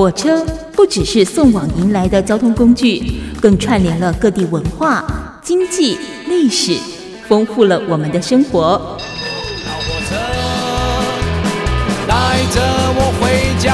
火车不只是送往迎来的交通工具，更串联了各地文化、经济、历史，丰富了我们的生活。 老火车带着我回家。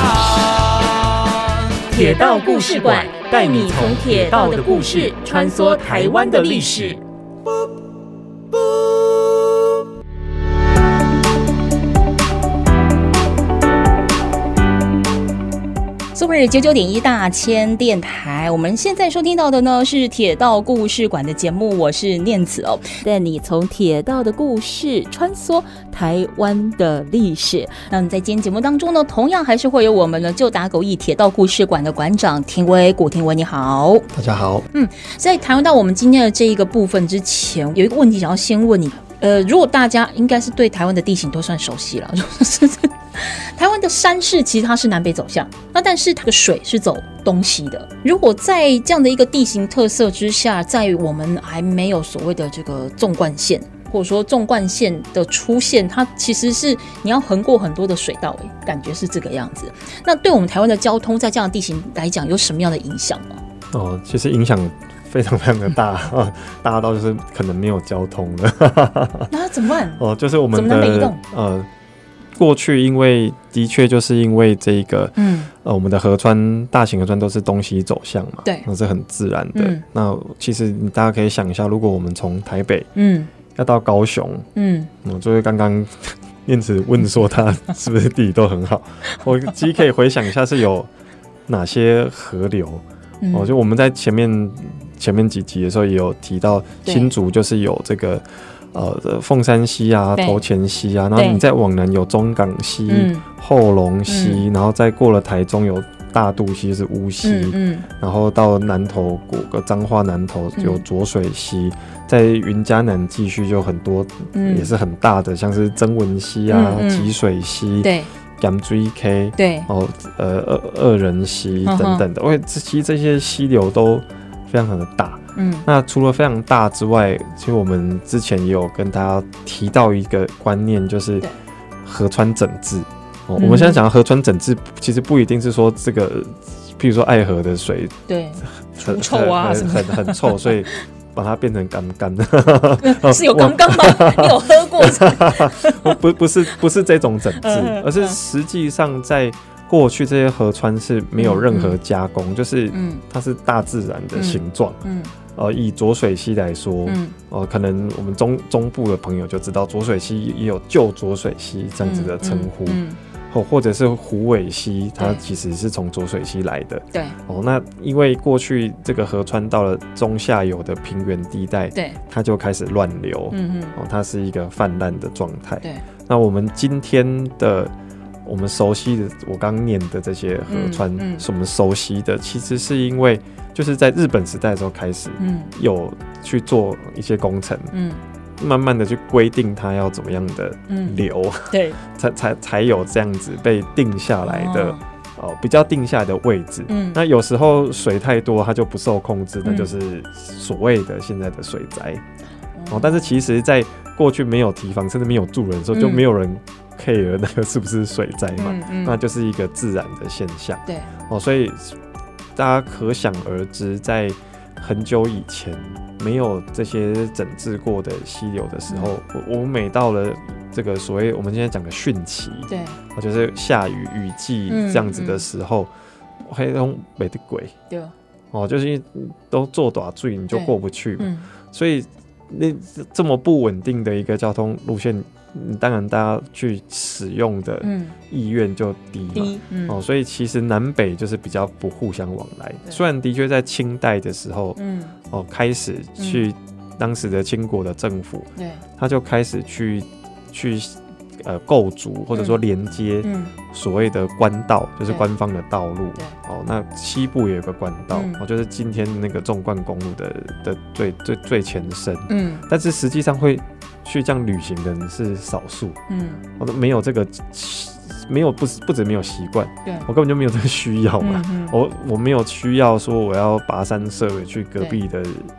铁道故事馆带你从铁道的故事穿梭台湾的历史。Super 99.1大千电台，我们现在收听到的呢是铁道故事馆的节目，我是念慈哦，带你从铁道的故事穿梭台湾的历史。那在今天节目当中呢，同样还是会有我们呢就打狗驿铁道故事馆的馆长庭威，古庭威你好。 大家好。 在谈到我们今天的这一个部分之前，有一个问题想要先问你。如果大家应该是对台湾的地形都算熟悉了，就是台湾的山势其实它是南北走向，那但是它的水是走东西的。如果在这样的一个地形特色之下，在我们还没有所谓的这个纵贯线，或者说纵贯线的出现，它其实是你要横过很多的水道，感觉是这个样子。那对我们台湾的交通，在这样的地形来讲，有什么样的影响吗？ 其实影响非常非常的大，大到就是可能没有交通了。 那怎么办？ 就是我们的怎么南北移动？ 过去因为的确就是因为这个，我们的河川大型河川都是东西走向嘛， 对， 那是很自然的。那其实大家可以想一下，如果我们从台北，要到高雄，就是刚刚念慈问说他是不是地理都很好，我其实可以回想一下是有哪些河流。就我们在前面几集的时候也有提到，新竹就是有这个凤山溪啊、头前溪啊，然后你再往南有中港溪、后龙溪，然后再过了台中有大肚溪是乌溪，然后到南投彰化南投有浊水溪，在云嘉南继续就很多，也是很大的，像是曾文溪啊、吉水溪，对。盐水溪，对，二人溪等等的，因为其实这些溪流都非常的大。那除了非常大之外，其实我们之前也有跟大家提到一个观念，就是河川整治。我们现在讲的河川整治，其实不一定是说这个，譬如说爱河的水，对， 很臭啊， 很臭，所以把它变成干的。 是有干吗？你有喝过？ 不是这种整治，而是实际上在过去这些河川是没有任何加工，就是它是大自然的形状。以浊水溪来说，可能我们中部的朋友就知道，浊水溪也有旧浊水溪这样子的称呼。或者是虎尾溪，它其实是从浊水溪来的。对，那因为过去这个河川到了中下游的平原地带，对，它就开始乱流，它是一个泛滥的状态。对，那我们今天的我们熟悉的，我刚念的这些河川，是我们熟悉的，其实是因为就是在日本时代的时候开始，有去做一些工程，慢慢的去规定它要怎么样的流，对，才有这样子被定下来的，比较定下来的位置。那有时候水太多，它就不受控制，那就是所谓的现在的水灾。但是其实在过去没有堤防，甚至没有住人的时候，就没有人 care 那个是不是水灾嘛，那就是一个自然的现象。对，所以大家可想而知，在很久以前没有这些整治过的溪流的时候，我们每到了这个所谓我们现在讲的汛期，对，就是下雨雨季这样子的时候，黑龙没得鬼，对，就是都做大水你就过不去嘛，所以那这么不稳定的一个交通路线，当然大家去使用的意愿就低嘛，所以其实南北就是比较不互相往来。虽然的确在清代的时候，开始去当时的清国的政府，他就开始去构筑或者说连接所谓的官道，就是官方的道路。那西部也有个官道，就是今天那个纵贯公路的最前身。但是实际上会去这样旅行的人是少数。我都没有这个，没有不止没有习惯，我根本就没有这个需要嘛。我没有需要说我要跋山涉水去隔壁的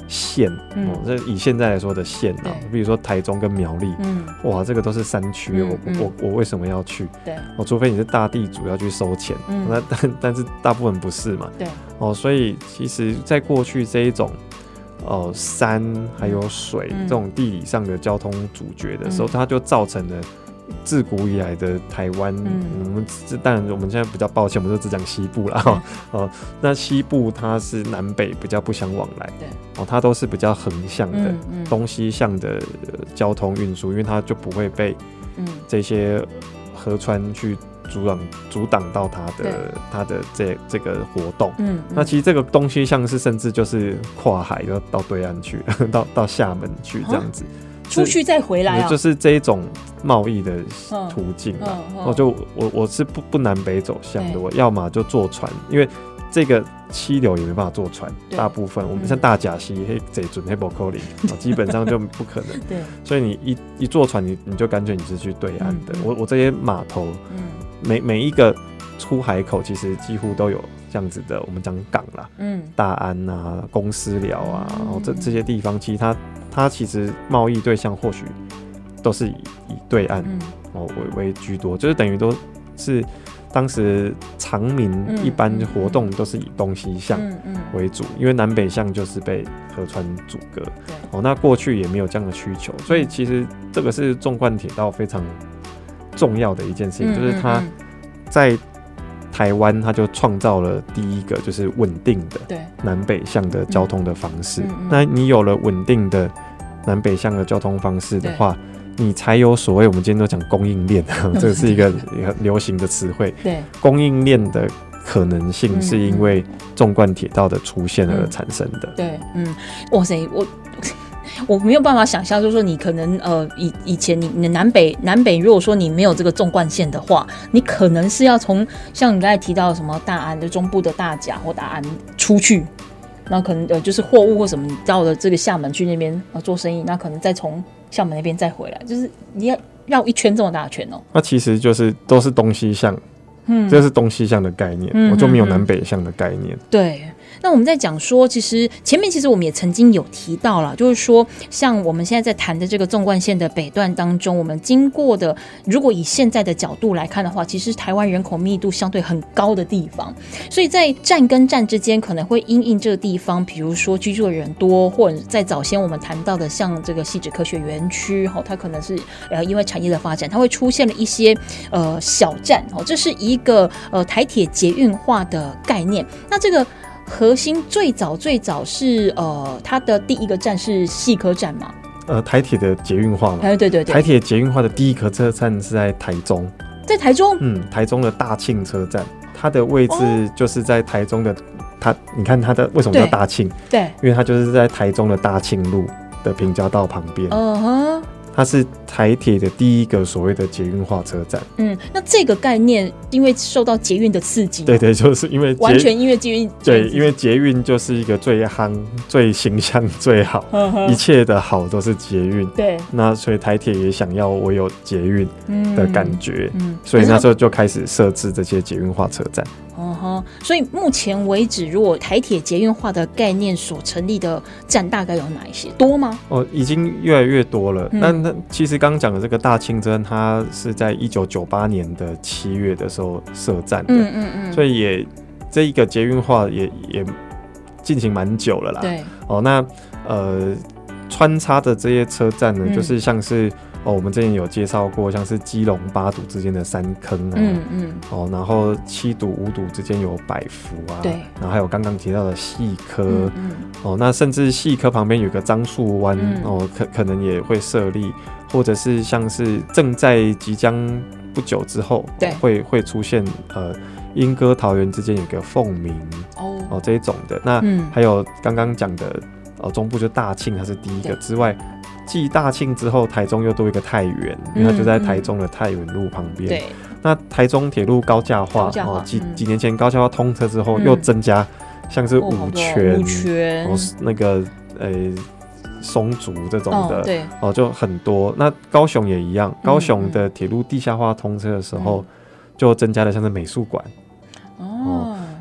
县这以现在来说的县啊，比如说台中跟苗栗，哇，这个都是山区，我为什么要去？对，除非你是大地主要去收钱，但是大部分不是嘛，对，所以其实在过去这一种山还有水这种地理上的交通阻绝的时候，它就造成了自古以来的台湾，当然我们现在比较抱歉，我们就只讲西部啦。那西部它是南北比较不相往来，它都是比较横向的东西向的交通运输，因为它就不会被这些河川去阻挡到它的这个活动。那其实这个东西像是甚至就是跨海到对岸去，到厦门去这样子。 出去再回来就是这一种贸易的途径我是不南北走向的，我要么就坐船，因为这个溪流也没办法坐船，大部分我们像大甲溪这准黑不可能，基本上就不可能。对，所以你一坐船，你就干脆你是去对岸的。我这些码头，每一个出海口其实几乎都有这样子的，我们讲港啦，大安啊、公司寮啊，然后这些地方，其实它其实贸易对象或许都是以对岸为居多，就是等于都是当时常民一般活动都是以东西向为主，因为南北向就是被河川阻隔。那过去也没有这样的需求，所以其实这个是纵贯铁道非常重要的一件事情，就是它在台湾它就创造了第一个就是稳定的南北向的交通的方式。那你有了稳定的南北向的交通方式的话，你才有所谓我们今天都讲供应链，这个是一个流行的词汇。对，供应链的可能性是因为纵贯铁道的出现而产生的。对， 哇塞，我没有办法想象，就是说你可能以前你的南北，如果说你没有这个纵贯线的话，你可能是要从像你刚才提到的什么大安的中部的大甲或大安出去，那可能就是货物或什么，你到了这个厦门去那边做生意，那可能再从厦门那边再回来，就是你要绕一圈这么大圈哦。 那其实就是都是东西向，这是东西向的概念，我就没有南北向的概念。 对。那我们在讲说，其实前面我们也曾经有提到了，就是说像我们现在在谈的这个纵贯线的北段当中，我们经过的，如果以现在的角度来看的话，其实台湾人口密度相对很高的地方，所以在站跟站之间可能会因应这个地方，比如说居住的人多，或者在早先我们谈到的像这个汐止科学园区，它可能是因为产业的发展，它会出现了一些小站，这是一个台铁捷运化的概念。那这个核心最早是它的第一个站是汐科站嘛？ 台铁的捷运化嘛？ 对， 台铁捷运化的第一个车站是在台中。 在台中？ 台中的大庆车站，它的位置就是在台中的你看它的为什么叫大庆？对，因为它就是在台中的大庆路的平交道旁边。它是台铁的第一个所谓的捷运化车站。 那这个概念因为受到捷运的刺激， 对，就是因为完全因为捷运， 对，因为捷运就是一个最夯、最形象最好，一切的好都是捷运。对，那所以台铁也想要我有捷运的感觉，所以那时候就开始设置这些捷运化车站。 所以目前为止，如果台铁捷运化的概念所成立的站大概有哪一些？多吗？ 已经越来越多了。那其实刚刚讲的这个大庆站，它是在1998年的7月的时候设站的，所以这一个捷运化也进行蛮久了啦。对，那穿插的这些车站呢，就是像是。我们之前有介绍过，像是基隆八堵之间的三坑啊，然后七堵五堵之间有百福啊，对，然后还有刚刚提到的汐科，那甚至汐科旁边有个樟树湾，可能也会设立，或者是像是正在即将不久之后，会出现莺歌桃园之间有个凤鸣这一种的，那还有刚刚讲的中部就大庆，它是第一个之外。继大庆之后，台中又多一个太原，因为它就在台中的太原路旁边。对，那台中铁路高架化，几年前高架化通车之后，又增加像是五权，那个松竹这种的，对，就很多。那高雄也一样，高雄的铁路地下化通车的时候，就增加了像是美术馆，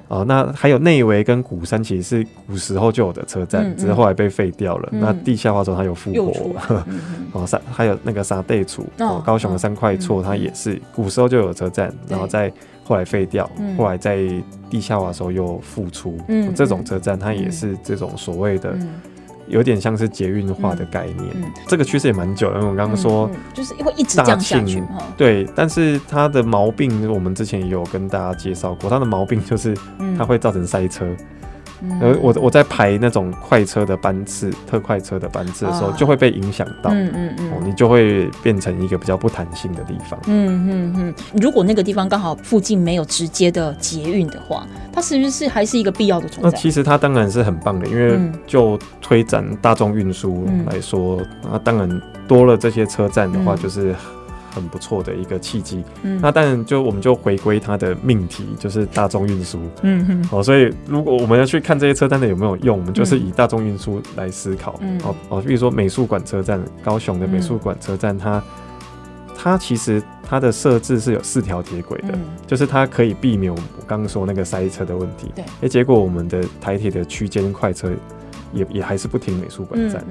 那还有内围跟鼓山其实是古时候就有的车站，只是后来被废掉了。那地下化之后它有复活，还有那个沙地处，高雄的三块厝，它也是古时候就有车站，然后再后来废掉，后来在地下化的时候又复出。这种车站它也是这种所谓的。有点像是捷运化的概念，这个趋势也蛮久了。因为我刚刚说， 就是会一直降下去。 对，但是它的毛病，我们之前也有跟大家介绍过，它的毛病就是它会造成塞车。我在排那种快车的班次、特快车的班次的时候，就会被影响到。你就会变成一个比较不弹性的地方。 如果那个地方刚好附近没有直接的捷运的话，它是不是还是一个必要的存在？ 那其实它当然是很棒的，因为就推展大众运输来说，那当然多了这些车站的话，就是很不错的一个契机。那当然我们就回归它的命题，就是大众运输。所以如果我们要去看这些车站的有没有用，我们就是以大众运输来思考。比如说美术馆车站，高雄的美术馆车站，它其实它的设置是有4条铁轨的，就是它可以避免我刚刚说那个塞车的问题。结果我们的台铁的区间快车也还是不停美术馆站。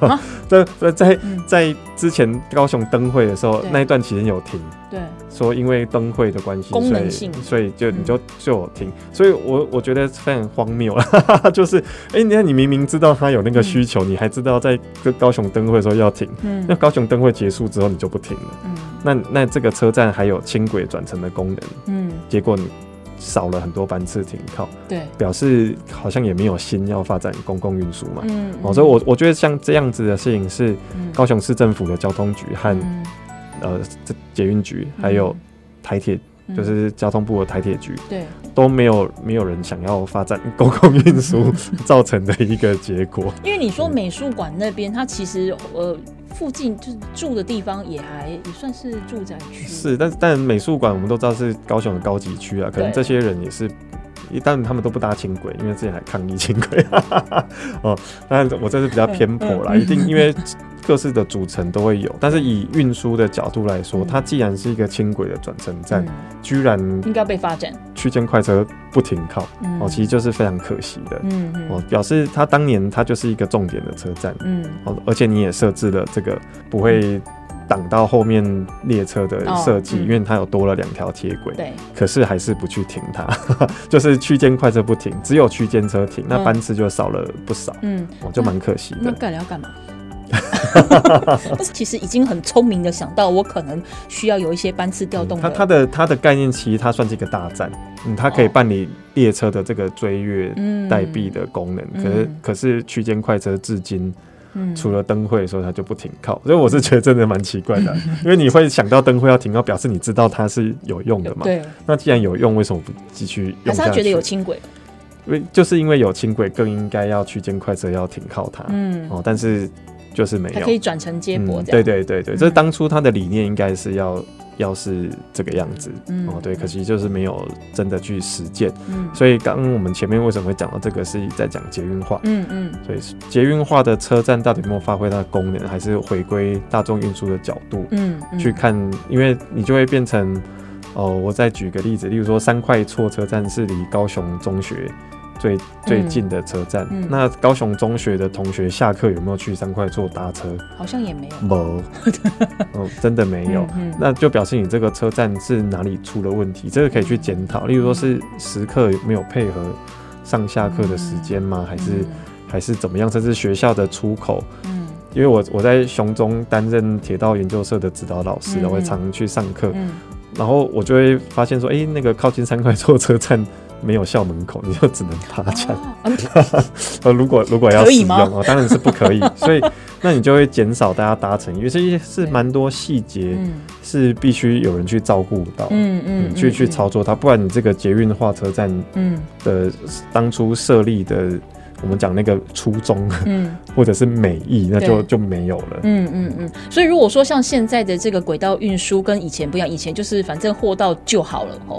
在之前高雄灯会的时候，那一段期间有停，说因为灯会的关系， 功能性， 所以你就有停。所以我觉得非常荒谬了，就是你明明知道他有那个需求，你还知道在高雄灯会的时候要停，那高雄灯会结束之后你就不停了。那这个车站还有轻轨转乘的功能，结果你少了很多班次停靠，表示好像也没有心要发展公共运输嘛。所以我觉得像这样子的事情是高雄市政府的交通局和捷运局还有台铁，就是交通部的台铁局，都没有人想要发展公共运输造成的一个结果。 因为你说美术馆那边，它其实附近就是住的地方也算是住宅区， 是，但美术馆我们都知道是高雄的高级区啊，可能这些人也是，但他们都不搭轻轨，因为之前还抗议轻轨。当然我这是比较偏颇啦，一定因为各式的组成都会有，但是以运输的角度来说，它既然是一个轻轨的转乘站，居然应该被发展区间快车不停靠，其实就是非常可惜的。表示它当年它就是一个重点的车站，而且你也设置了这个不会挡到后面列车的设计，因为它有多了2条铁轨，可是还是不去停它，就是区间快车不停，只有区间车停，那班次就少了不少，就蛮可惜的。 那改了要干嘛？其实已经很聪明的想到，我可能需要有一些班次调动的。 它的概念其实它算是一个大站，它可以办理列车的这个追月代币的功能，可是区间快车至今。除了灯会的时候，它就不停靠，所以我是觉得真的蛮奇怪的，因为你会想到灯会要停靠，表示你知道它是有用的嘛。那既然有用，为什么不继续用下去？ 还是他觉得有轻轨？ 就是因为有轻轨，更应该要区间快车要停靠它。但是就是没有， 它可以转乘接驳这样。 对，这当初它的理念应该是要是这个样子，对，可惜就是没有真的去实践。所以刚刚我们前面为什么会讲到这个，是在讲捷运化。所以捷运化的车站到底有没有发挥它的功能，还是回归大众运输的角度去看？因为你就会变成我再举个例子，例如说3块厝车站是离高雄中学最近的车站，那高雄中学的同学下课有没有去3块厝搭车？ 好像也没有， 真的没有。那就表示你这个车站是哪里出了问题，这个可以去检讨。例如说是时刻没有配合上下课的时间吗？还是怎么样？甚至学校的出口。因为我在雄中担任铁道研究社的指导老师，我会常去上课，然后我就会发现说，那个靠近3块厝车站。没有校门口，你就只能爬墙。如果要使用，当然是不可以。所以，那你就会减少大家搭乘，因为这些是蛮多细节是必须有人去照顾到，去操作它，不然你这个捷运化车站的当初设立的。我们讲那个初衷，或者是美意，那就没有了。 所以如果说像现在的这个轨道运输跟以前不一样，以前就是反正货到就好了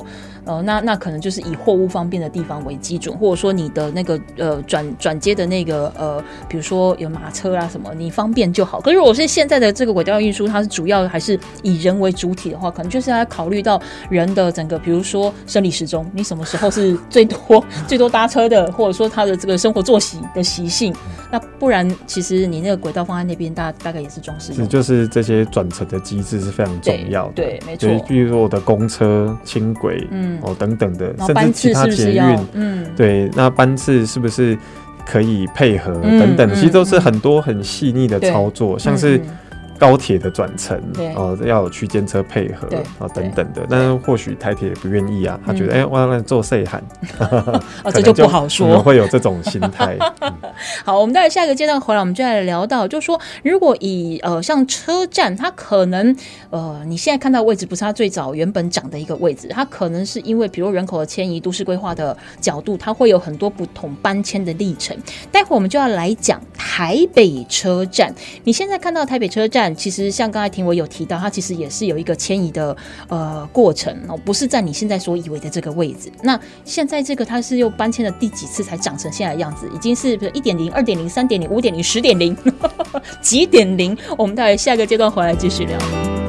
那可能就是以货物方便的地方为基准，或者说你的那个转接的那个比如说有马车啊什么，你方便就好。可是如果是现在的这个轨道运输，它是主要还是以人为主体的话，可能就是要考虑到人的整个，比如说生理时钟，你什么时候是最多搭车的，或者说他的这个生活作息的习性。那不然其实你那个轨道放在那边，大概也是装饰用的。 就是这些转乘的机制是非常重要的。 对，没错。 比如说我的公车、轻轨，等等的，甚至其他捷运，对，那班次是不是可以配合等等，其实都是很多很细腻的操作，像是高铁的转乘，要有区间车配合等等的，但是或许台铁也不愿意啊，他觉得我要做细汉， 这就不好说， 会有这种心态。 好，我们在下一个阶段回来，我们就来聊到，就是说，如果以像车站，它可能你现在看到的位置不是它最早原本长的一个位置，它可能是因为比如人口的迁移、都市规划的角度，它会有很多不同搬迁的历程。待会我们就要来讲台北车站。你现在看到台北车站，其实像刚才庭伟有提到，它其实也是有一个迁移的过程，不是在你现在所以为的这个位置。那现在这个它是又搬迁了第几次才长成现在的样子？已经是 1.0、2.0、3.0、5.0、10.0 几点零？我们待会下个阶段回来继续聊。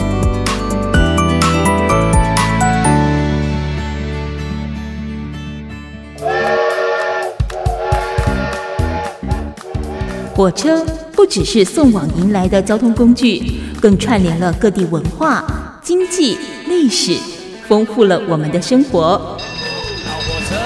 火车不只是送往迎来的交通工具，更串联了各地文化、经济、历史，丰富了我们的生活。 老火车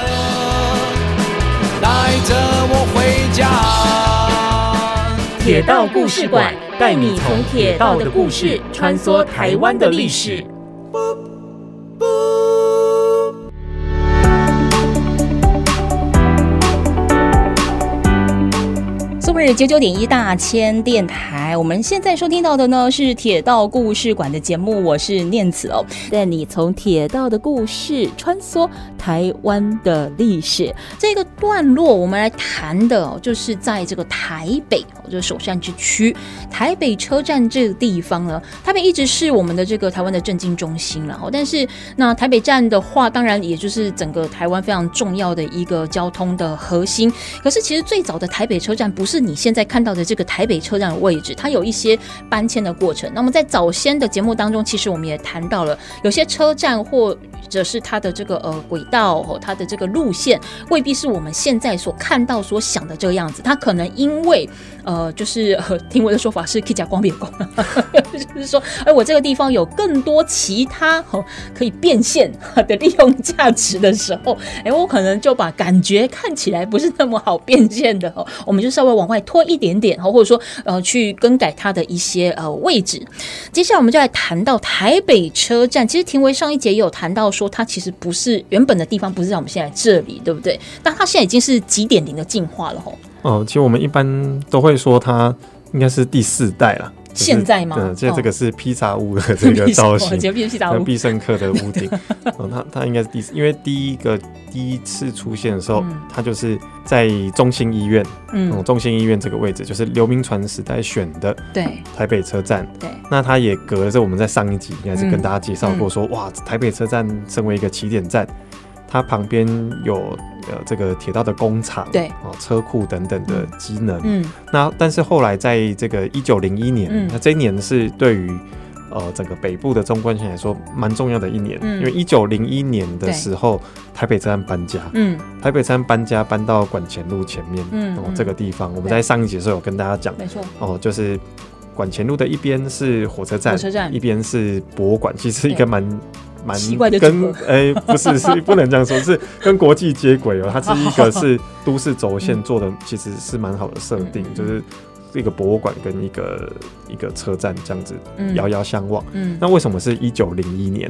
带着我回家。 铁道故事馆带你从铁道的故事穿梭台湾的历史。99.1大千电台，我们现在收听到的呢是铁道故事馆的节目，我是念慈哦，带你从铁道的故事穿梭台湾的历史。这个段落我们来谈的就是在这个台北，就是首善之区台北车站这个地方呢，台北一直是我们的这个台湾的政经中心了，但是那台北站的话，当然也就是整个台湾非常重要的一个交通的核心。可是其实最早的台北车站不是你现在看到的这个台北车站的位置，它有一些搬迁的过程。那么在早先的节目当中，其实我们也谈到了，有些车站或者是它的这个轨道，它的这个路线未必是我们现在所看到所想的这个样子，它可能因为就是听我的说法是去假光别工，就是说我这个地方有更多其他可以变现的利用价值的时候，我可能就把感觉看起来不是那么好变现的我们就稍微往外拖一点点，或者说去更改它的一些位置。接下来我们就来谈到台北车站，其实庭维上一节也有谈到说，它其实不是原本的地方，不是在我们现在这里，对不对？但它现在已经是几点零的进化了其实我们一般都会说它应该是第4代了。 现在吗？ 现在这个是披萨屋的这个造型， 必胜客的屋顶。它应该是因为第一次出现的时候，它就是在中兴医院，中兴医院这个位置就是刘铭传时代选的台北车站。对，那它也隔着我们在上一集应该是跟大家介绍过说，哇，台北车站身为一个起点站，它旁边有这个铁道的工厂，对，车库等等的机能。那但是后来在这个1901年，那这一年是对于整个北部的纵贯线来说蛮重要的一年，因为1901年的时候台北车站搬家，台北车站搬家搬到馆前路前面，这个地方我们在上一集的时候有跟大家讲，没错，就是馆前路的一边是火车站，一边是博物馆，其实一个蛮奇怪的组合， 不是不能这样说，是跟国际接轨它是一个是都市轴线做的，其实是蛮好的设定，就是一个博物馆跟一个车站这样子遥遥相望。那为什么是1901年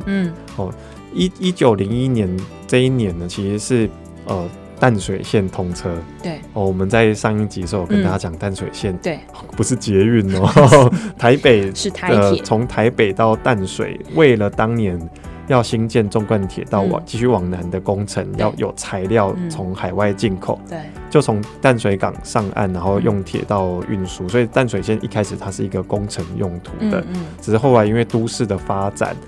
？1901年这一年呢，其实是淡水线通车。对，我们在上一集的时候跟大家讲淡水线，对，不是捷运台北是台铁， 从台北到淡水，为了当年要新建纵贯铁道继续往南的工程，要有材料从海外进口，对，就从淡水港上岸，然后用铁道运输，所以淡水线一开始它是一个工程用途的，只是后来因为都市的发展，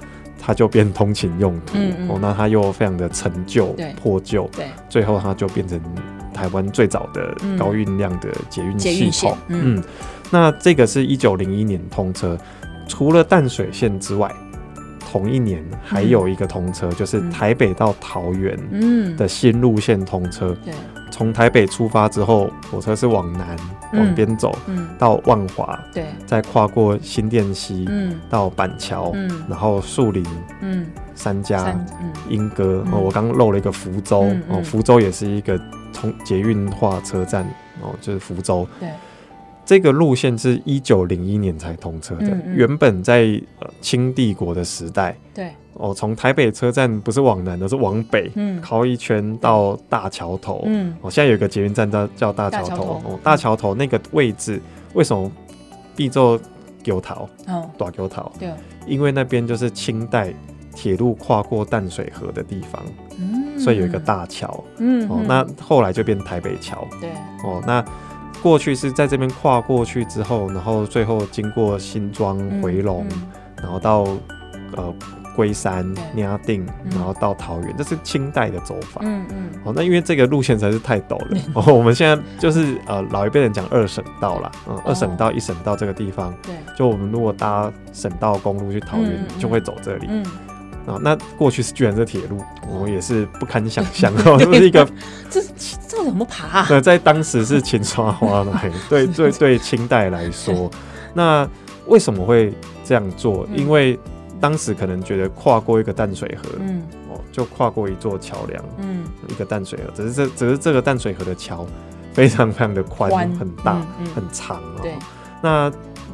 它就变通勤用途，那它又非常的陈旧破旧，最后它就变成台湾最早的高运量的捷运系统。那这个是1901年通车，除了淡水线之外，同一年还有一个通车，就是台北到桃园的新路线通车。从台北出发之后，火车是往南往边走，到万华，再跨过新店溪，到板桥，然后树林，三家，莺歌，我刚漏了一个福州，福州也是一个捷运化车站，就是福州。这个路线是1901年才通车的，原本在清帝国的时代，从台北车站不是往南，而是往北，靠一圈到大桥头。现在有一个捷运站叫大桥头，大桥头那个位置为什么必做球头？大球头，因为那边就是清代铁路跨过淡水河的地方，所以有一个大桥。那后来就变台北桥。那过去是在这边跨过去之后，然后最后经过新庄、回龙，然后到龟山、嘉定，然后到桃园，这是清代的走法。那因为这个路线实在是太陡了，我们现在就是老一辈人讲二省道啦，二省道、一省道这个地方，就我们如果搭省道公路去桃园，就会走这里。那过去居然是铁路，我也是不堪想象，就是一个这怎么爬啊？ 在当时是秦刷花来，对清代来说，那为什么会这样做？因为当时可能觉得跨过一个淡水河，就跨过一座桥梁，一个淡水河，只是这个淡水河的桥非常非常的宽，很大，很长。那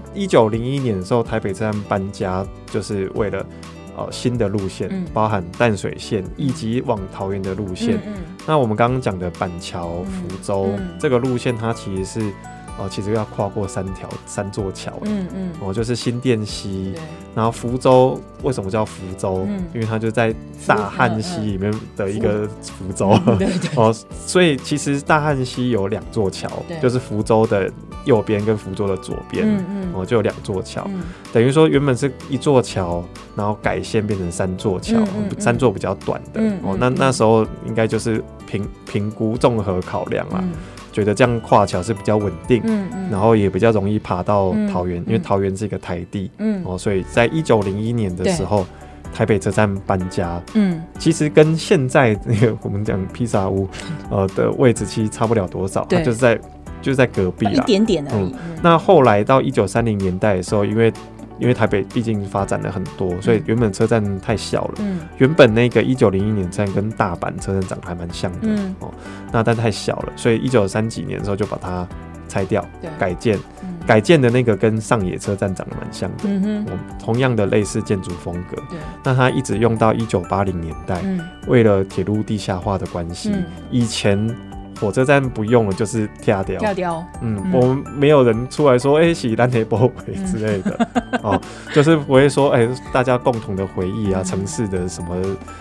1901年的时候，台北车站搬家，就是为了新的路线，包含淡水线以及往桃园的路线。那我们刚刚讲的板桥、福州这个路线，它其实是其实要跨过三座桥，就是新店溪，然后福州为什么叫福州？因为它就在大汉溪里面的一个福州，所以其实大汉溪有2座桥，就是福州的右边跟福州的左边，就有2座桥，等于说原本是1座桥，然后改线变成3座桥，3座比较短的，那时候应该就是评估综合考量啦。觉得这样跨桥是比较稳定，然后也比较容易爬到桃园，因为桃园是一个台地，所以在1901年的时候，台北车站搬家，其实跟现在那个我们讲披萨屋的位置其实差不了多少，它就是在隔壁啦， 一点点而已。 那后来到1930年代的时候，因为台北毕竟发展了很多，所以原本车站太小了。原本那个1901年站跟大阪车站长得还蛮像的，那但太小了，所以1930几年的时候就把它拆掉，改建。改建的那个跟上野车站长得蛮像的，同样的类似建筑风格。那它一直用到1980年代，为了铁路地下化的关系，以前火车站不用了，就是跳掉。我们没有人出来说是咱的宝贝之类的，就是不会说大家共同的回忆啊，城市的什么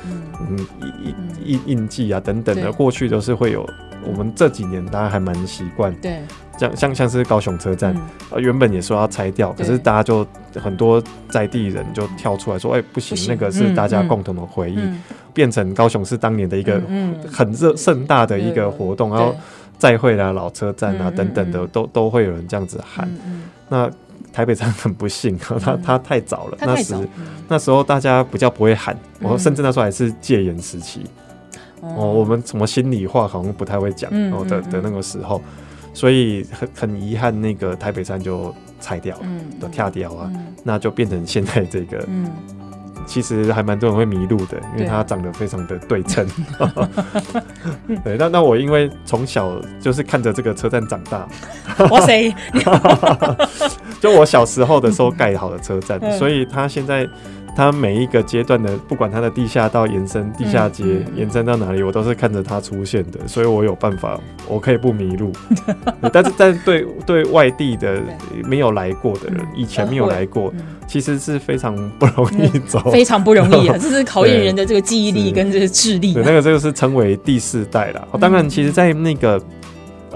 印记啊等等的，过去都是会有。我们这几年大家还蛮习惯，像是高雄车站，原本也说要拆掉，可是大家就很多在地人就跳出来说，不行，那个是大家共同的回忆，变成高雄市当年的一个很盛大的一个活动，然后再会啦、老车站啊等等的，都会有人这样子喊。那台北站很不幸，它太早了，那时候大家比较不会喊，甚至那时候还是戒严时期。我们什么心里话好像不太会讲的那个时候，所以很遗憾，那个台北站就拆掉，都跳掉啊，那就变成现在这个，其实还蛮多人会迷路的，因为它长得非常的对称。对，那我因为从小就是看着这个车站长大， 哇塞， 就我小时候的时候盖好的车站，所以它现在。它每一个阶段的，不管它的地下道延伸、地下街延伸到哪里，我都是看着它出现的，所以我有办法，我可以不迷路。但是对外地的没有来过的人，以前没有来过，其实是非常不容易走， 非常不容易啊！这是考验人的这个记忆力跟这个智力。 对，那个就是称为第4代啦。当然，其实，在那个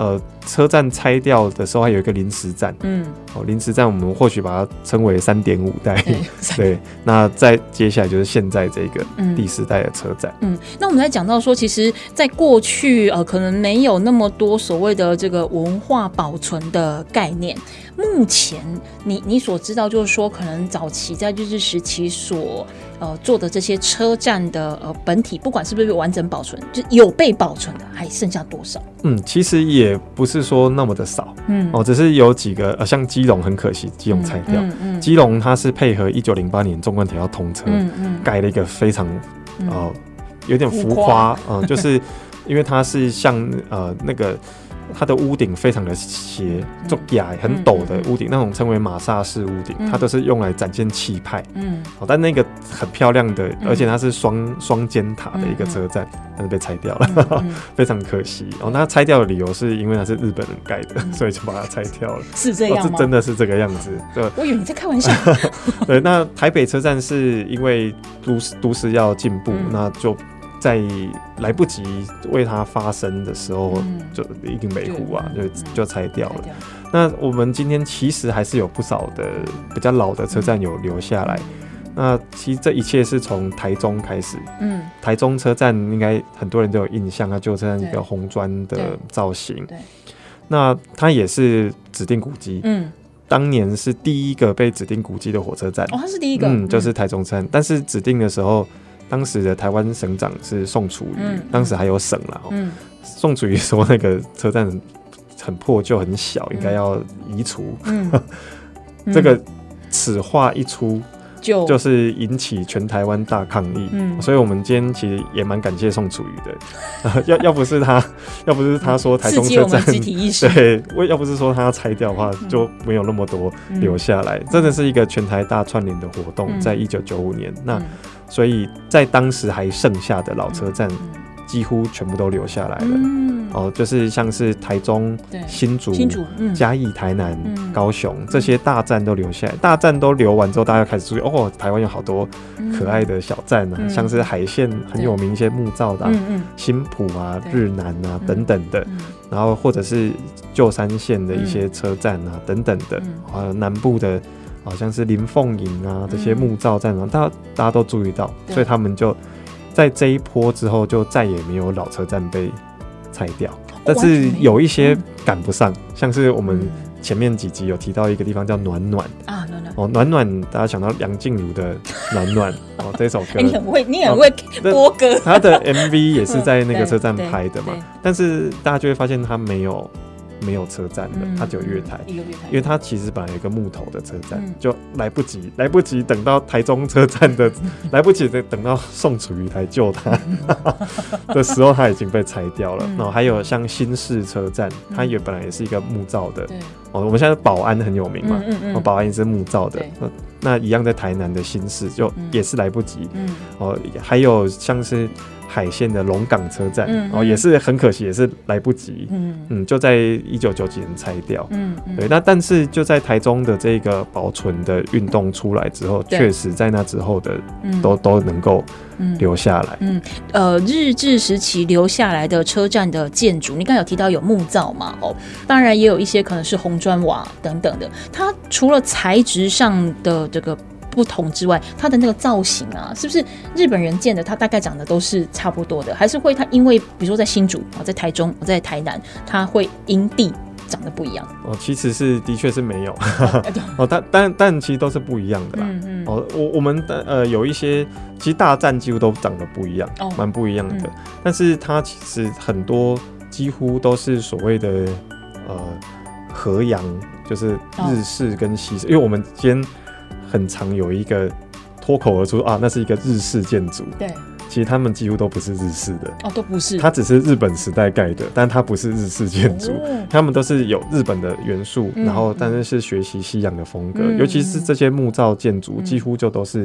车站拆掉的时候还有一个临时站，临时站我们或许把它称为3.5代，对，那再接下来就是现在这个第4代的车站。 那我们来讲到说，其实在过去可能没有那么多所谓的这个文化保存的概念。目前你所知道，就是说，可能早期在日治时期所做的这些车站的本体，不管是不是完整保存，就有被保存的，还剩下多少？ 其实也不是说那么的少，只是有几个像基隆很可惜，基隆拆掉。基隆它是配合1908年纵贯铁道通车，盖了一个非常有点浮夸，就是因为它是像那个。它的屋顶非常的斜，就矮很陡的屋顶，那种称为马萨式屋顶，它都是用来展现气派。但那个很漂亮的，而且它是双尖塔的一个车站，但是被拆掉了，非常可惜。那拆掉的理由是因为它是日本人盖的，所以就把它拆掉了。 是这样吗？ 真的是这个样子。对， 我以为你在开玩笑。 对，那台北车站是因为都市要进步，那就。在来不及为它发声的时候，就一定没糊啊，就拆掉了。那我们今天其实还是有不少的比较老的车站有留下来。那其实这一切是从台中开始。台中车站应该很多人都有印象，它旧车站一个红砖的造型。那它也是指定古迹。当年是第一个被指定古迹的火车站。它是第一个。就是台中站，但是指定的时候。当时的台湾省长是宋楚瑜，当时还有省啦。宋楚瑜说那个车站很破旧很小，应该要移除。这个此话一出，就是引起全台湾大抗议。所以我们今天其实也蛮感谢宋楚瑜的。要不是他说台中车站，对，要不是说他要拆掉的话，就没有那么多留下来。真的是一个全台大串联的活动，在1995年那。所以在当时还剩下的老车站，几乎全部都留下来了。就是像是台中、新竹、嘉义、台南、高雄这些大站都留下来。大站都留完之后，大家开始注意台湾有好多可爱的小站啊，像是海线很有名一些木造的新埔啊、日南啊等等的，然后或者是旧山线的一些车站啊等等的，还有南部的。好像是林凤营啊，这些木造站啊，大家都注意到，所以他们就在这一波之后，就再也没有老车站被拆掉。但是有一些赶不上，像是我们前面几集有提到一个地方叫暖暖啊，暖暖，大家想到梁静茹的暖暖这首歌， 你很会播歌， 他的 MV 也是在那个车站拍的嘛，但是大家就会发现他没有车站的，它只有月台，因为它其实本来有一个木頭的车站，就来不及等到台中车站的，来不及等到宋楚瑜来救它的时候，它已经被拆掉了。然后还有像新市车站，它也本来也是一个木造的，我们现在保安很有名嘛，保安也是木造的，那一样在台南的新市就也是来不及，还有像是。海线的龙港车站，也是很可惜，也是来不及，就在1990年拆掉，对，那但是就在台中的这个保存的运动出来之后，确实在那之后的都能够留下来。 日治时期留下来的车站的建筑，你刚才有提到有木造嘛，当然也有一些可能是红砖瓦等等的，它除了材质上的这个。不同之外，它的那个造型啊，是不是日本人建的？它大概长得都是差不多的，还是会它因为比如说在新竹、在台中、在台南，它会因地长得不一样？ 其实是的确是没有但其实都是不一样的啦。我们有一些其实大站几乎都长得不一样，蛮不一样的。但是它其实很多几乎都是所谓的和洋，就是日式跟西式，因为我们今天。很常有一个脱口而出啊，那是一个日式建筑。对，其实他们几乎都不是日式的， 都不是。 它只是日本时代盖的，但它不是日式建筑，他们都是有日本的元素，然后但是是学习西洋的风格，尤其是这些木造建筑，几乎就都是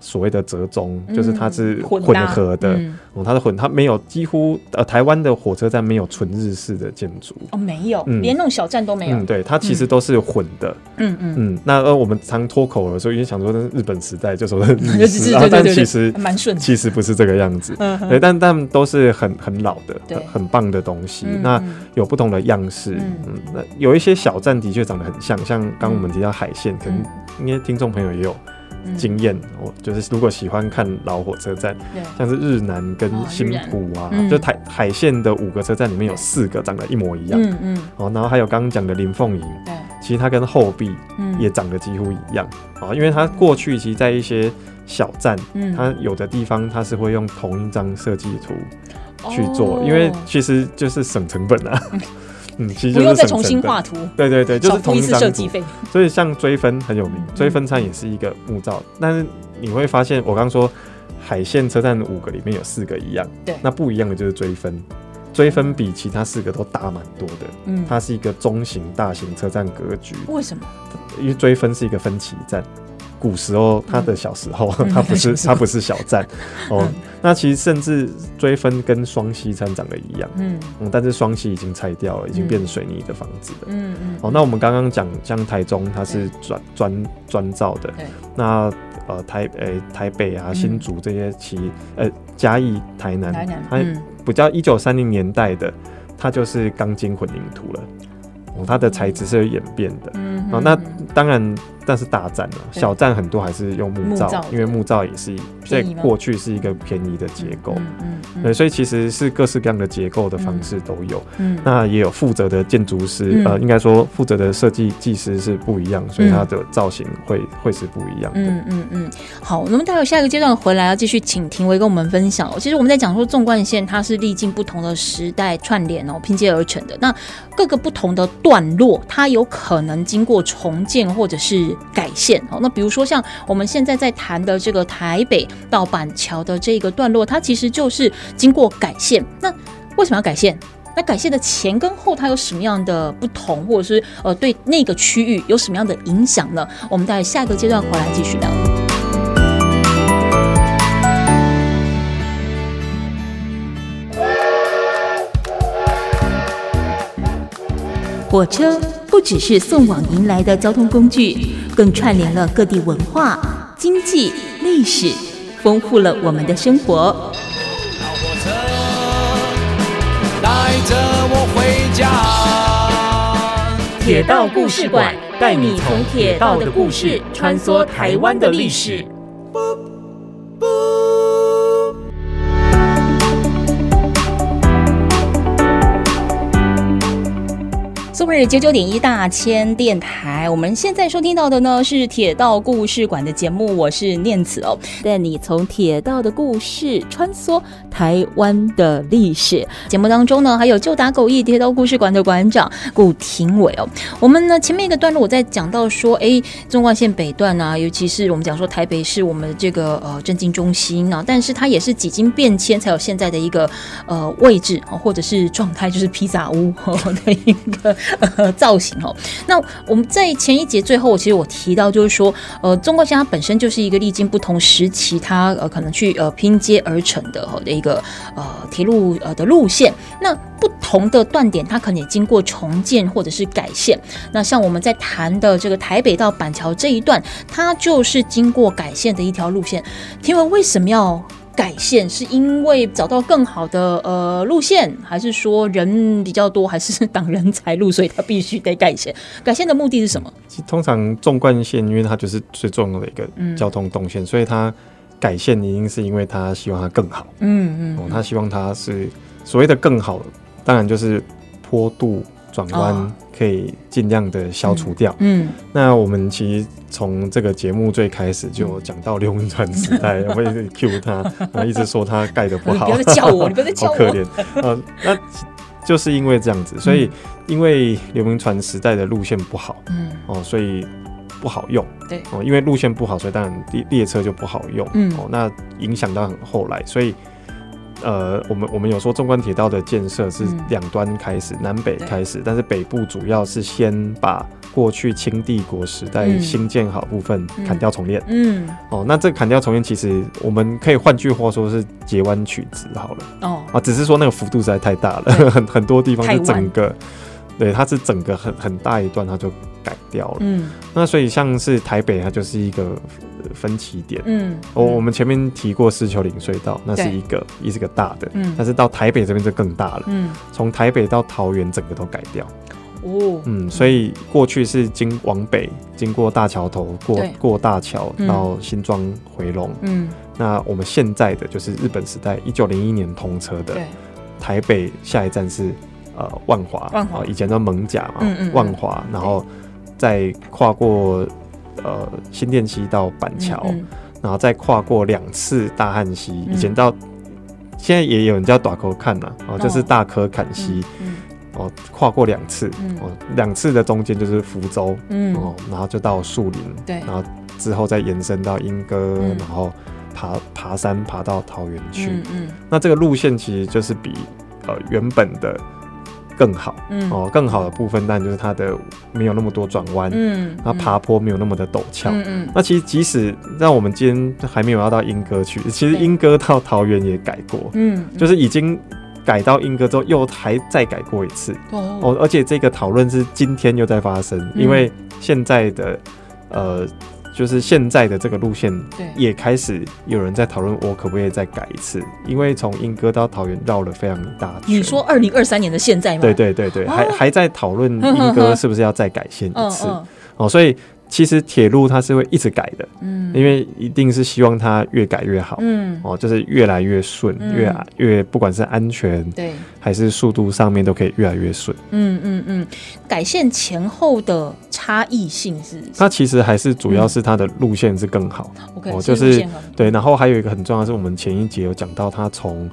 所谓的折中，就是它是混合的，它是它没有几乎台湾的火车站没有纯日式的建筑没有，连那种小站都没有。 对，它其实都是混的。那我们常脱口的时候，因为想说那是日本时代就说日式，但其实蛮顺， 其实不是这个样子。对，但都是很老的、很棒的东西。那有不同的样式。那有一些小站的确长得很像刚我们提到海线，可能应该听众朋友也有经验，就是如果喜欢看老火车站，像是日南跟新埔啊，就海线的5个车站里面有4个长得一模一样。然后还有刚刚讲的林凤营，其实它跟后壁也长得几乎一样。因为它过去其实在一些小站，它有的地方它是会用同一张设计图去做，因为其实就是省成本啊。其实就是不用再重新画图， 对，就是同一张设计费。 所以像追分很有名，追分餐也是一个木造，但是你会发现，我刚说海线车站5个里面有4个一样，对，那不一样的就是追分，追分比其他4个都大蛮多的。它是一个中型大型车站格局。 为什么？ 因为追分是一个分歧站。古时候，他的小时候，他不是小站那其实甚至追分跟双溪站长得一样，但是双溪已经拆掉了，已经变水泥的房子了。那我们刚刚讲像台中，它是砖造的，那台北啊、新竹这些嘉义、台南，它比较1930年代的，它就是钢筋混凝土了。它的材质是有演变的。那当然，但是大站小站很多还是用木造，因为木造也是在过去是一个便宜的结构。对，所以其实是各式各样的结构的方式都有。那也有负责的建筑师，应该说负责的设计技师是不一样，所以它的造型会是不一样的。 好，我们待会下一个阶段回来要继续请庭维跟我们分享。其实我们在讲说纵贯线它是历经不同的时代串联拼接而成的，那各个不同的段落它有可能经过重建或者是改线。那比如说像我们现在在谈的这个台北到板桥的这个段落，它其实就是经过改线。那为什么要改线？那改线的前跟后它有什么样的不同，或者是对那个区域有什么样的影响呢？我们在下一个阶段回来继续聊。火车不只是送往迎来的交通工具，更串联了各地文化、经济、历史，丰富了我们的生活。 老火车带着我回家。 铁道故事馆带你从铁道的故事穿梭台湾的历史。Super99.1大千电台，我们现在收听到的呢是铁道故事馆的节目，我是念慈带你从铁道的故事穿梭台湾的历史。节目当中呢，还有就打狗驿铁道故事馆的馆长顾庭伟我们呢前面一个段落我在讲到说，纵贯线北段啊，尤其是我们讲说台北是我们的这个政经中心啊，但是它也是几经变迁才有现在的一个位置或者是状态，就是披萨屋的一个造型那我们在前一节最后，其实我提到就是说，纵贯线它本身就是一个历经不同时期，它可能去拼接而成的一个铁路的路线。那不同的断点，它可能也经过重建或者是改线。那像我们在谈的这个台北到板桥这一段，它就是经过改线的一条路线。听闻为什么要改线？是因为找到更好的路线，还是说人比较多，还是挡人财路，所以它必须得改线？改线的目的是什么？ 通常纵贯线，因为它就是最重要的一个交通动线，所以它改线一定是因为他希望它更好。他希望它是所谓的更好，当然就是坡度转弯可以尽量的消除掉。那我们其实从这个节目最开始就讲到刘铭传时代，我一直 cue 他，然后一直说他盖得不好， 你不要再叫我，你不要再叫我， 好可怜。那就是因为这样子，所以因为刘铭传时代的路线不好，所以不好用。对，因为路线不好，所以当然列车就不好用。那影响到很后来，所以。我们有说纵贯铁道的建设是两端开始，南北开始，但是北部主要是先把过去清帝国时代新建好部分砍掉重练。那这个砍掉重练其实我们可以换句话说是截弯取直好了。只是说那个幅度实在太大了，很多地方是整个，对，它是整个很大一段它就改掉了。那所以像是台北它就是一个分歧点。我们前面提过狮球岭隧道，那是一个大的，但是到台北这边就更大了。从台北到桃园整个都改掉。所以过去是往北经过大桥头，过大桥到新庄回龙。那我们现在的就是日本时代1901年通车的，台北下一站是万华，以前叫艋舺嘛，万华，然后再跨过新店溪到板桥，然后再跨过2次大汉溪，以前到现在也有人叫大口坎就是大科坎溪。跨过2次，2次的中间就是福州，然后就到树林，然后之后再延伸到莺歌，然后爬山爬到桃园去。那这个路线其实就是比原本的更好。更好的部分当然就是它的没有那么多转弯，它爬坡没有那么的陡峭。那其实即使让我们今天还没有要到莺歌去，其实莺歌到桃园也改过，就是已经改到莺歌之后又还再改过一次。而且这个讨论是今天又在发生，因为现在的就是现在的这个路线也开始有人在讨论我可不可以再改一次，因为从莺歌到桃园绕了非常一大圈。 你说2023年的现在吗？ 对，还在讨论莺歌是不是要再改线一次。所以其实铁路它是会一直改的，因为一定是希望它越改越好，就是越来越顺，越不管是安全对还是速度上面都可以越来越顺。 改线前后的差异性是？ 它其实还是主要是它的路线是更好，就是对，然后还有一个很重要的是我们前一节有讲到，它从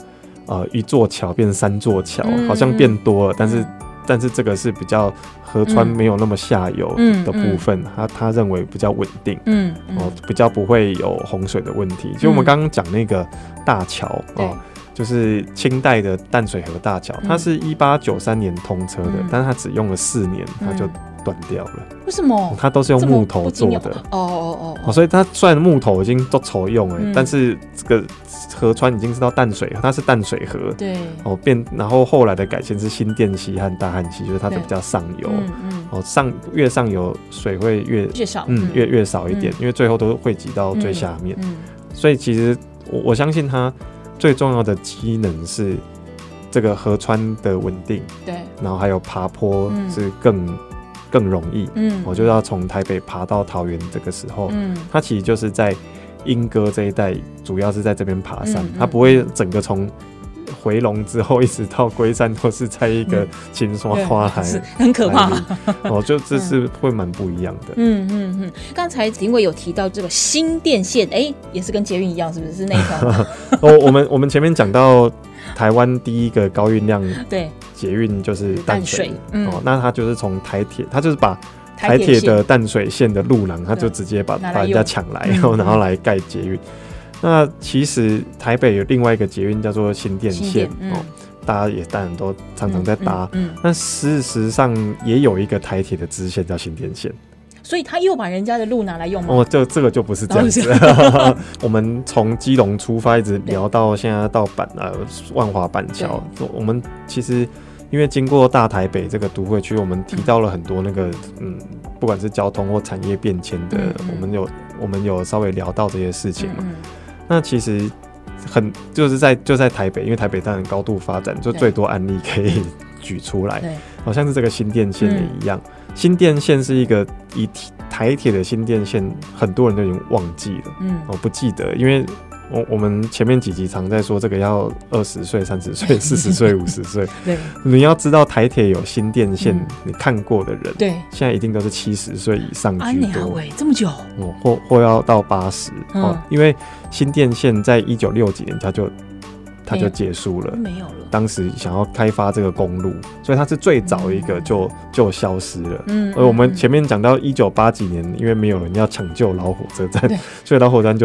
1座桥变3座桥，好像变多了，但是这个是比较河川没有那么下游的部分，他认为比较稳定，比较不会有洪水的问题。其实我们刚刚讲那个大桥就是清代的淡水河大桥，它是1893年通车的，但是它只用了4年，它就断掉了。 为什么？ 它都是用木头做的。所以它虽然木头已经都筹用了，但是这个河川已经是到淡水河，它是淡水河。对。然后后来的改线是新店溪和大汉溪，就是它的比较上游。越上游水会越少，越少一点，因为最后都汇集到最下面。所以其实我相信它最重要的机能是这个河川的稳定，对，然后还有爬坡是更容易。我就要从台北爬到桃园，这个时候，它其实就是在莺歌这一带，主要是在这边爬山，它不会整个从回龙之后一直到龟山都是在一个青刷花海， 很可怕。 就这是会蛮不一样的。 刚才廷伟有提到这个新电线，也是跟捷运一样，是不是？是那一条吗？ 我们前面讲到台湾第一个高运量捷运就是淡水，那它就是从台铁，它就是把台铁的淡水线的路廊，它就直接把人家抢来，然后来盖捷运。那其实台北有另外一个捷运叫做新店线，大家也当然都常常在搭，但事实上也有一个台铁的支线叫新店线。 所以他又把人家的路拿来用吗？ 这个就不是这样子。我们从基隆出发，一直聊到现在到万华板桥，我们其实因为经过大台北这个都会区，我们提到了很多那个不管是交通或产业变迁的，我们有稍微聊到这些事情嘛。那其实就在台北，因为台北当然高度发展，就最多案例可以举出来。好像是这个新店线也一样，新店线是一个以台铁的新店线，很多人都已经忘记了，不记得，因为我们前面几集常在说这个要20岁、30岁、40岁、50岁，你要知道台铁有新店线，你看过的人，现在一定都是70岁以上居多， 这么久， 或要到80，因为新店线在1960几年它就结束了，没有了。当时想要开发这个公路，所以它是最早一个就消失了。而我们前面讲到1980几年，因为没有人要抢救老火车站，所以老火车站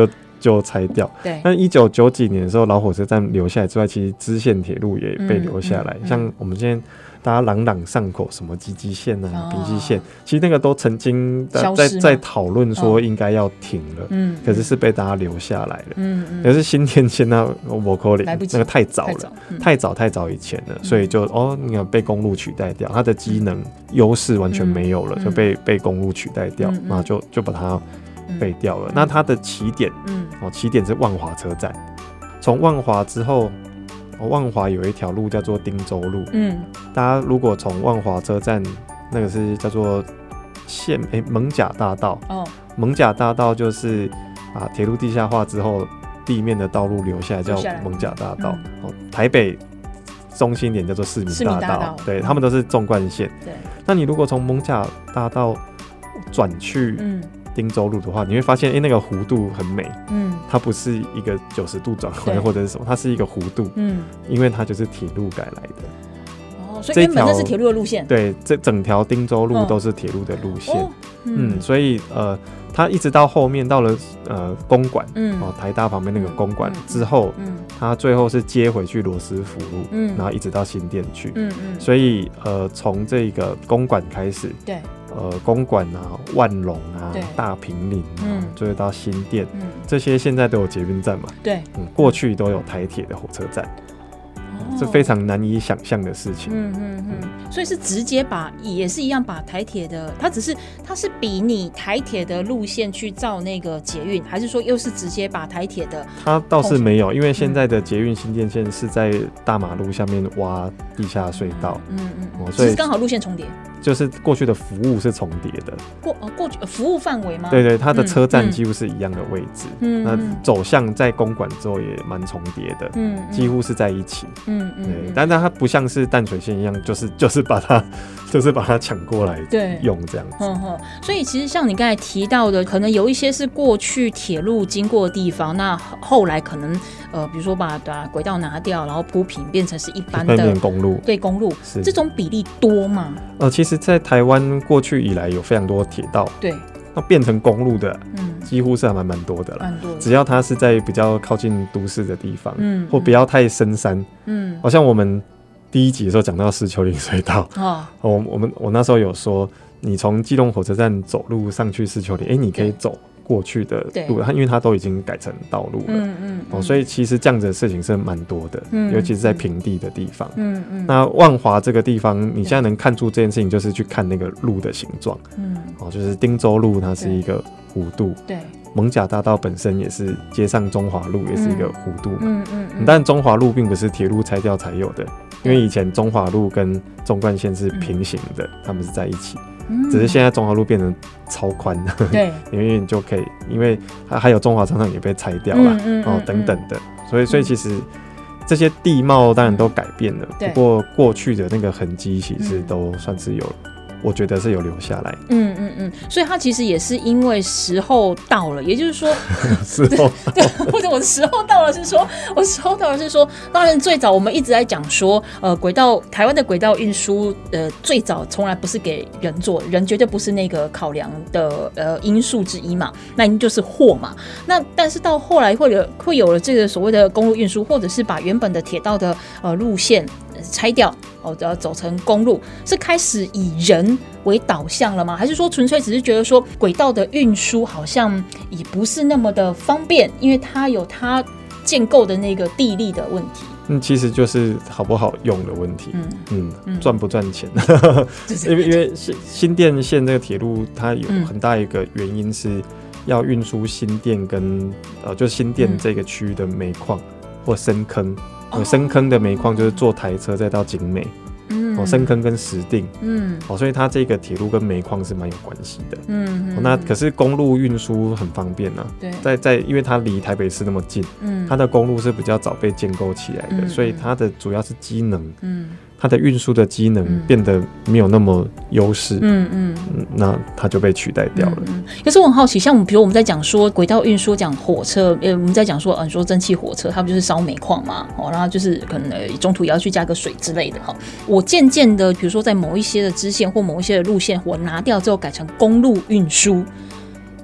就拆掉。 对。 但1990几年的时候，老火车站留下来之外，其实支线铁路也被留下来，像我们现在大家朗朗上口什么集集线啊、平溪线，其实那个都曾经在讨论说应该要停了，可是是被大家留下来了。可是新田线那我可能那个太早了，太早以前了，所以就你看被公路取代掉，它的机能优势完全没有了，就被公路取代掉，然后就把它废掉了。那它的起点是万华车站，从万华之后。万华有一条路叫做汀州路，大家如果从万华车站那个是叫做艋舺大道，艋舺大道就是把铁路地下化之后地面的道路留下来叫艋舺大道，台北中心点叫做市民大道，对，他们都是纵贯线。对，那你如果从艋舺大道转去汀州路的话，你会发现那个弧度很美，它不是一个90度转弯或者是什么，它是一个弧度，因为它就是铁路改来的。 所以原本那是铁路的路线。 对，这整条汀州路都是铁路的路线。所以它一直到后面到了公馆，台大旁边那个公馆之后，它最后是接回去罗斯福路，然后一直到新店去。所以从这个公馆开始，对。公馆啊、万隆啊、大坪林啊，就是到新店，这些现在都有捷运站嘛？对，过去都有台铁的火车站，是非常难以想象的事情。 所以是直接也是一样把台铁的，它是比你台铁的路线去造那个捷运，还是说又是直接把台铁的？ 它倒是没有，因为现在的捷运新店线是在大马路下面挖地下隧道， 所以刚好路线重叠。 就是过去的服务是重叠的， 过去服务范围吗？ 对，它的车站几乎是一样的位置，那走向在公馆之后也蛮重叠的，几乎是在一起，对，但它不像是淡水线一样，就是把它抢过来用这样子。 所以其实像你刚才提到的，可能有一些是过去铁路经过的地方，那后来可能比如说把轨道拿掉，然后铺平变成是一般的公路， 对，公路，这种比例多吗？ 其实在台湾过去以来有非常多铁道，对，那变成公路的，几乎是还蛮多的了。只要它是在比较靠近都市的地方，或不要太深山，好像我们第一集的时候讲到石丘陵隧道，我那时候有说，你从基隆火车站走路上去石丘陵，你可以走过去的路，因为它都已经改成道路了，所以其实这样子的事情是蛮多的，尤其是在平地的地方。那万华这个地方，你现在能看出这件事情，就是去看那个路的形状，就是汀州路它是一个弧度，对，艋舺大道本身也是接上中华路，也是一个弧度嘛，但中华路并不是铁路拆掉才有的，因为以前中华路跟纵贯线是平行的，他们是在一起。只是现在中华路变成超宽，对，因为你就可以，因为还有中华商场也被拆掉了，等等的，所以其实这些地貌当然都改变了，不过过去的那个痕迹其实都算是有，我觉得是有留下来。 所以它其实也是因为时候到了，也就是说，对，或者我的时候到了是说，当然最早我们一直在讲说，台湾的轨道运输，最早从来不是给人做，人绝对不是那个考量的因素之一嘛，那就是货嘛。那但是到后来会有了这个所谓的公路运输，或者是把原本的铁道的路线拆掉，走成公路，是开始以人为导向了吗？还是说纯粹只是觉得说轨道的运输好像也不是那么的方便，因为它有它建构的那个地利的问题？ 其实就是好不好用的问题，赚不赚钱？因为新店线这个铁路，它有很大一个原因是要运输新店跟就新店这个区域的煤矿或深坑。深坑的煤矿就是坐台车再到景美，深坑跟石碇，所以它这个铁路跟煤矿是蛮有关系的。那可是公路运输很方便啊，在因为它离台北市那么近，它的公路是比较早被建构起来的，所以它的主要是机能，它的运输的机能变得没有那么优势，那它就被取代掉了。 可是我很好奇，像比如我们在讲说轨道运输，讲火车，我们在讲说，你说蒸汽火车，它不就是烧煤矿嘛，然后就是可能中途也要去加个水之类的。我渐渐的，比如说在某一些的支线或某一些的路线，我拿掉之后改成公路运输。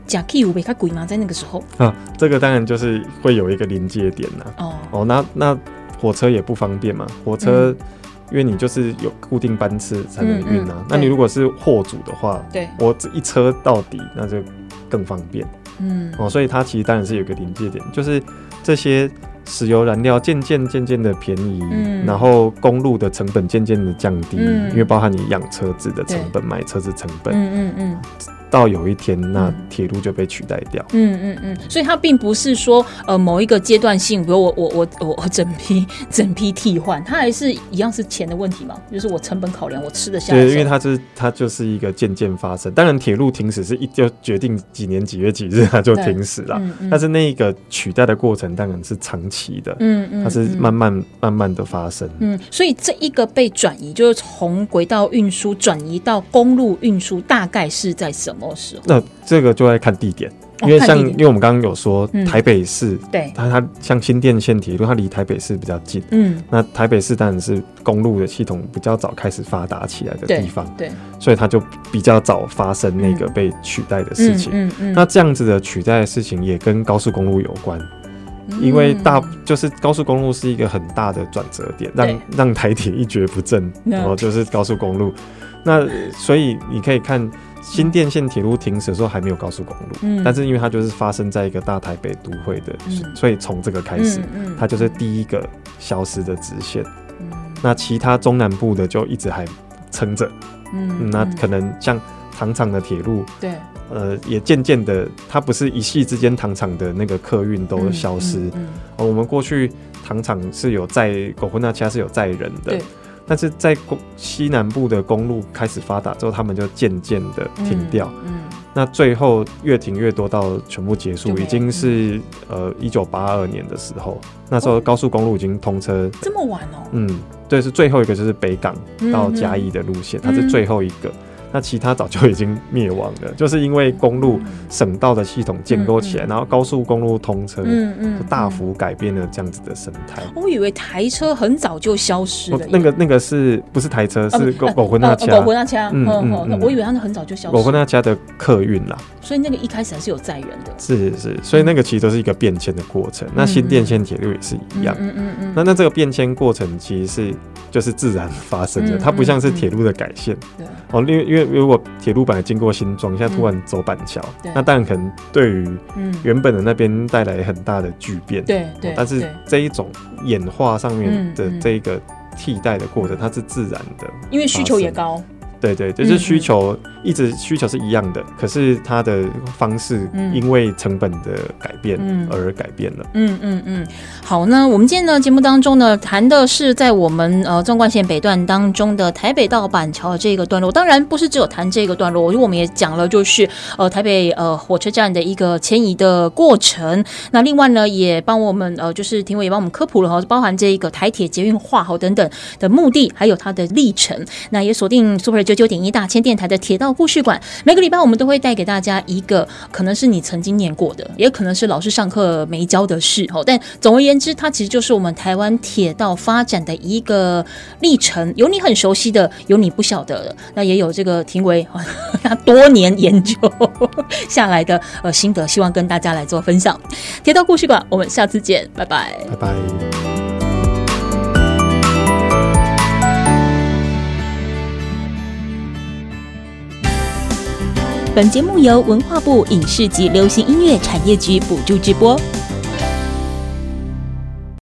假 K 有比较贵吗？在那个时候啊，这个当然就是会有一个临界点啦。那火车也不方便嘛，火车。因为你就是有固定班次才能运啊，那你如果是货主的话， 对， 我一车到底，那就更方便。所以它其实当然是有个临界点，就是这些石油燃料渐渐的便宜，然后公路的成本渐渐的降低，因为包含你养车子的成本、买车子成本，到有一天，那铁路就被取代掉。 所以它并不是说某一个阶段性，比如我整批替换，它还是一样是钱的问题嘛，就是我成本考量，我吃得下。 对，因为它就是一个渐渐发生。当然，铁路停驶是就决定几年几月几日它就停驶了，但是那个取代的过程当然是长期的，它是慢慢的发生。 所以这一个被转移，就是从轨道运输转移到公路运输，大概是在什么？ 那这个就要看地点，因为因为我们刚刚有说台北市，对，它像新店线铁路，它离台北市比较近，那台北市当然是公路的系统比较早开始发达起来的地方，对，所以它就比较早发生那个被取代的事情。那这样子的取代的事情也跟高速公路有关。因为就是高速公路是一个很大的转折点，让台铁一蹶不振，然后就是高速公路。那所以你可以看新店线铁路停驶的时候还没有高速公路，但是因为它就是发生在一个大台北都会的，所以从这个开始，它就是第一个消失的支线。那其他中南部的就一直还撑着，那可能像糖厂的铁路，对。也渐渐的，它不是一夕之间糖厂的那个客运都消失。我们过去糖厂是有狗混那家是有载人的，但是在西南部的公路开始发达之后，他们就渐渐的停掉。那最后越停越多到全部结束，已经是1982年的时候，那时候高速公路已经通车。 这么晚哦？ 对，是最后一个就是北港到嘉义的路线，它是最后一个。那其他早就已经灭亡了，就是因为公路省道的系统建构起来，然后高速公路通车，就大幅改变了这样子的生态。 我以为台车很早就消失了。 那个是不是台车？是狗混那家。 狗混那家。我以为他们很早就消失。 狗混那家的客运啦。 所以那个一开始还是有载人的。 是，所以那个其实都是一个变迁的过程。那新店线铁路也是一样。那这个变迁过程其实就是自然发生的，它不像是铁路的改线。因为如果铁路本来经过新庄，现在突然走板桥，那当然可能对于原本的那边带来很大的巨变。对，但是这一种演化上面的这个替代的过程，它是自然的， 因为需求也高。 对，就是需求一直需求是一样的，可是它的方式因为成本的改变而改变了。 好，那我们今天的节目当中呢，谈的是在我们纵贯线北段当中的台北到板桥的这个段落。当然不是只有谈这个段落，我们也讲了就是台北火车站的一个迁移的过程。那另外呢，也帮我们就是庭伟也帮我们科普了包含这个台铁捷运化等等的目的，还有它的历程。那也锁定 Super 99.1大千电台的铁道故事馆，每个礼拜我们都会带给大家一个可能是你曾经念过的，也可能是老师上课没教的事，但总而言之，它其实就是我们台湾铁道发展的一个历程，有你很熟悉的，有你不晓得的，那也有这个庭伟他多年研究下来的心得，希望跟大家来做分享。铁道故事馆，我们下次见，拜拜， 拜拜。 本节目由文化部影视及流行音乐产业局补助直播。